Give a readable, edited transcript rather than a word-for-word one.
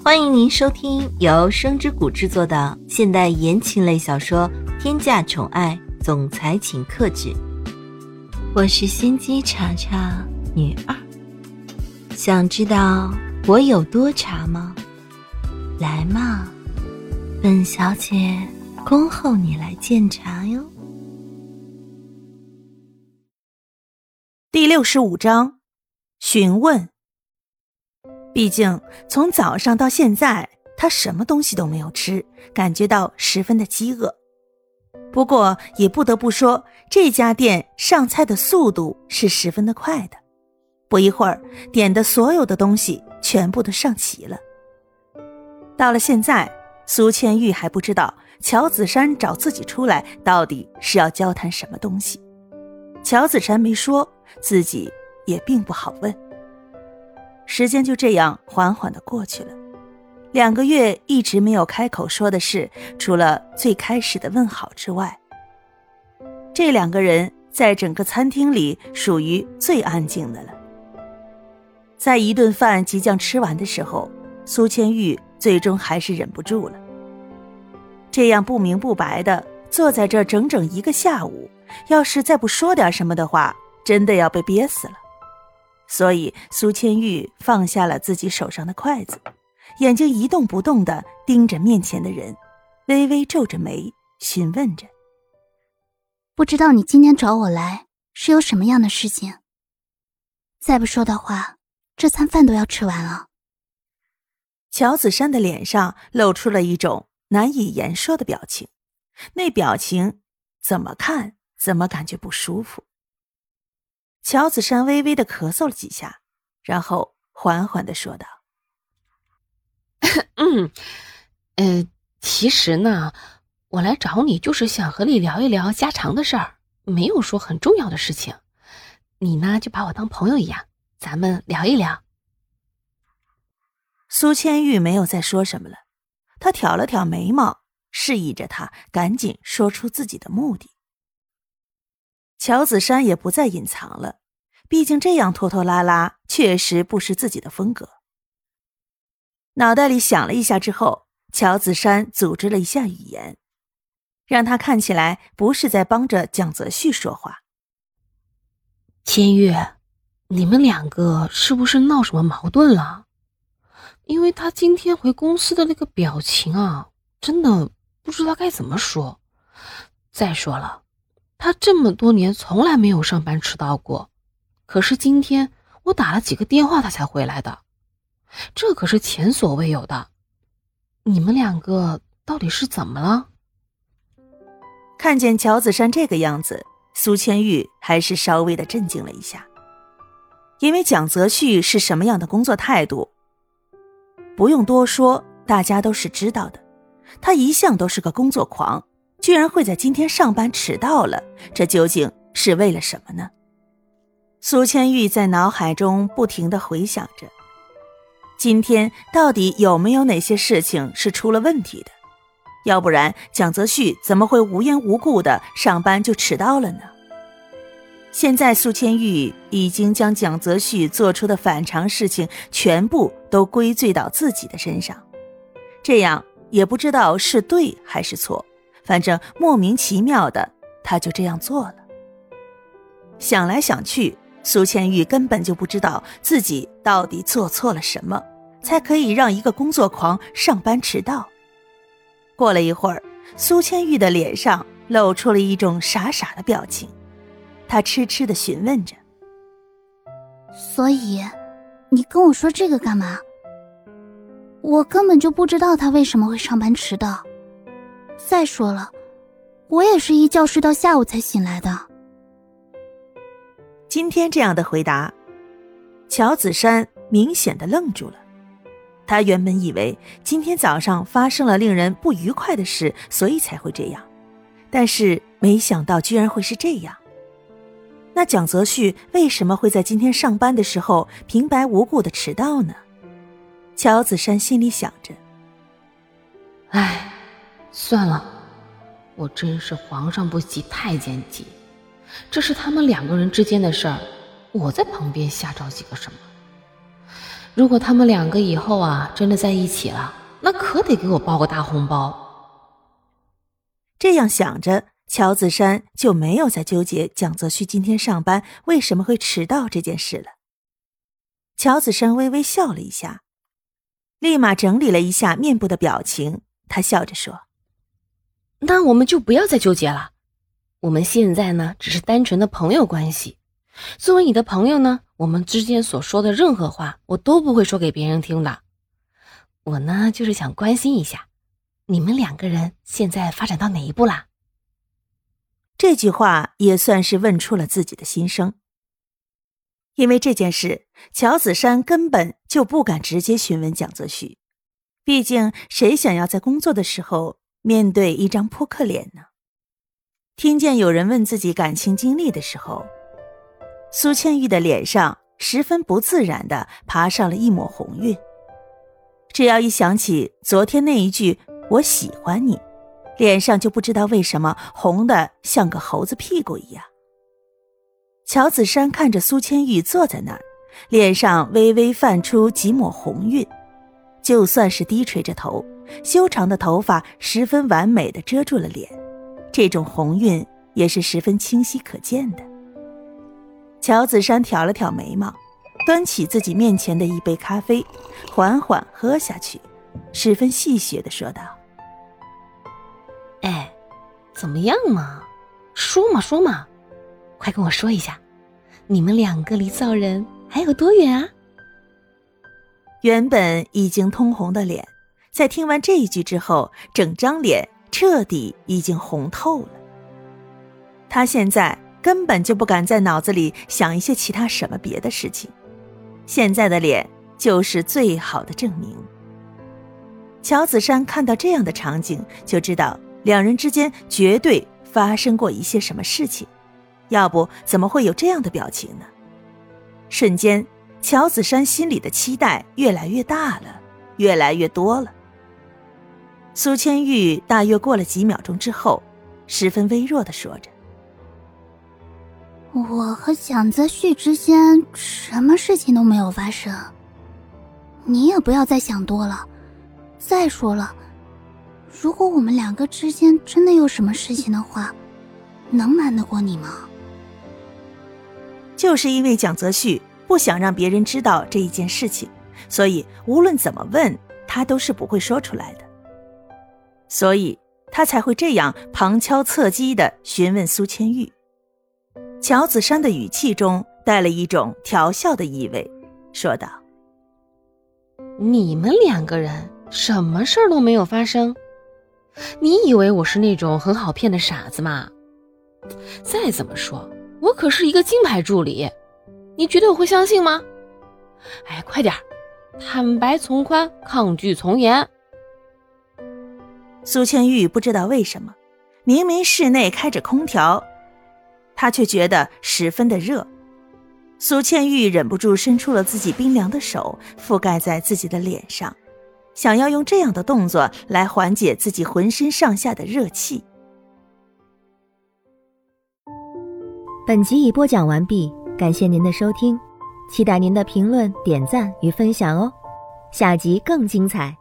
欢迎您收听由声之谷制作的现代言情类小说《天价宠爱总裁请克制》，我是心机茶茶女二。想知道我有多茶吗？来嘛，本小姐恭候你来鉴茶哟。 第65章询问。毕竟从早上到现在他什么东西都没有吃，感觉到十分的饥饿。不过也不得不说，这家店上菜的速度是十分的快的，不一会儿点的所有的东西全部都上齐了。到了现在，苏千玉还不知道乔子山找自己出来到底是要交谈什么东西。乔子山没说，自己也并不好问。时间就这样缓缓地过去了，2个月一直没有开口说的事，除了最开始的问好之外。这2个人在整个餐厅里属于最安静的了。在一顿饭即将吃完的时候，苏千玉最终还是忍不住了。这样不明不白的坐在这整整1个下午，要是再不说点什么的话，真的要被憋死了。所以苏千玉放下了自己手上的筷子，眼睛一动不动地盯着面前的人，微微皱着眉询问着： 不知道你今天找我来是有什么样的事情？再不说的话，这餐饭都要吃完了。 乔子山的脸上露出了一种难以言说的表情，那表情怎么看怎么感觉不舒服。乔子山微微地咳嗽了几下，然后缓缓地说道： 其实呢，我来找你就是想和你聊一聊家常的事儿，没有说很重要的事情。你呢，就把我当朋友一样，咱们聊一聊。 苏千玉没有再说什么了，她挑了挑眉毛，示意着他赶紧说出自己的目的。乔子山也不再隐藏了，毕竟这样拖拖拉拉确实不是自己的风格。脑袋里想了一下之后，乔子山组织了一下语言，让他看起来不是在帮着蒋泽旭说话。 千玉，你们2个是不是闹什么矛盾了？因为他今天回公司的那个表情啊，真的不知道该怎么说。再说了，他这么多年从来没有上班迟到过，可是今天我打了几个电话他才回来的，这可是前所未有的。你们2个到底是怎么了？ 看见乔子山这个样子，苏千玉还是稍微的震惊了一下。因为蒋泽旭是什么样的工作态度，不用多说，大家都是知道的。他一向都是个工作狂，居然会在今天上班迟到了，这究竟是为了什么呢？苏千玉在脑海中不停地回想着，今天到底有没有哪些事情是出了问题的？要不然蒋泽旭怎么会无缘无故的上班就迟到了呢？现在苏千玉已经将蒋泽旭做出的反常事情全部都归罪到自己的身上，这样也不知道是对还是错，反正莫名其妙的他就这样做了。想来想去，苏千玉根本就不知道自己到底做错了什么，才可以让一个工作狂上班迟到。过了一会儿，苏千玉的脸上露出了一种傻傻的表情，她痴痴地询问着： 所以你跟我说这个干嘛？我根本就不知道他为什么会上班迟到。再说了，我也是一觉睡到下午才醒来的。 今天这样的回答，乔子山明显的愣住了。他原本以为今天早上发生了令人不愉快的事，所以才会这样，但是没想到居然会是这样。那蒋泽旭为什么会在今天上班的时候平白无故的迟到呢？乔子山心里想着， 唉，算了，我真是皇上不急太监急，这是他们2个人之间的事儿，我在旁边瞎着急个什么？ 如果他们两个以后真的在一起了，那可得给我包个大红包。 这样想着，乔子珊就没有再纠结蒋泽旭今天上班为什么会迟到这件事了。乔子珊微微笑了一下，立马整理了一下面部的表情，她笑着说： 那我们就不要再纠结了，我们现在呢只是单纯的朋友关系。作为你的朋友呢，我们之间所说的任何话我都不会说给别人听的。我呢就是想关心一下，你们两个人现在发展到哪一步啦？ 这句话也算是问出了自己的心声。因为这件事，乔子珊根本就不敢直接询问蒋泽旭，毕竟谁想要在工作的时候面对一张扑克脸呢？听见有人问自己感情经历的时候，苏千玉的脸上十分不自然地爬上了一抹红晕。只要一想起昨天那一句我喜欢你，脸上就不知道为什么红得像个猴子屁股一样。乔子珊看着苏千玉坐在那儿，脸上微微泛出几抹红晕，就算是低垂着头，修长的头发十分完美地遮住了脸，这种红晕也是十分清晰可见的。乔子珊挑了挑眉毛，端起自己面前的一杯咖啡，缓缓喝下去，十分戏谑地说道： 哎，怎么样嘛？说嘛，快跟我说一下，你们两个离造人还有多远啊？ 原本已经通红的脸，在听完这一句之后，整张脸彻底已经红透了。他现在根本就不敢在脑子里想一些其他什么别的事情，现在的脸就是最好的证明。乔子珊看到这样的场景，就知道两人之间绝对发生过一些什么事情，要不怎么会有这样的表情呢？瞬间，乔子珊心里的期待越来越大了，越来越多了。苏千玉大约过了几秒钟之后，十分微弱地说着： 我和蒋泽旭之间什么事情都没有发生，你也不要再想多了。再说了，如果我们两个之间真的有什么事情的话，能瞒得过你吗？ 就是因为蒋泽旭不想让别人知道这一件事情，所以无论怎么问，他都是不会说出来的。所以他才会这样旁敲侧击地询问苏千玉。乔子珊的语气中带了一种调笑的意味，说道： 你们两个人什么事儿都没有发生？你以为我是那种很好骗的傻子吗？再怎么说，我可是一个金牌助理，你觉得我会相信吗？哎，快点，坦白从宽，抗拒从严。 苏千玉不知道为什么，明明室内开着空调，她却觉得十分的热。苏千玉忍不住伸出了自己冰凉的手，覆盖在自己的脸上，想要用这样的动作来缓解自己浑身上下的热气。 本集已播讲完毕，感谢您的收听，期待您的评论、点赞与分享哦，下集更精彩。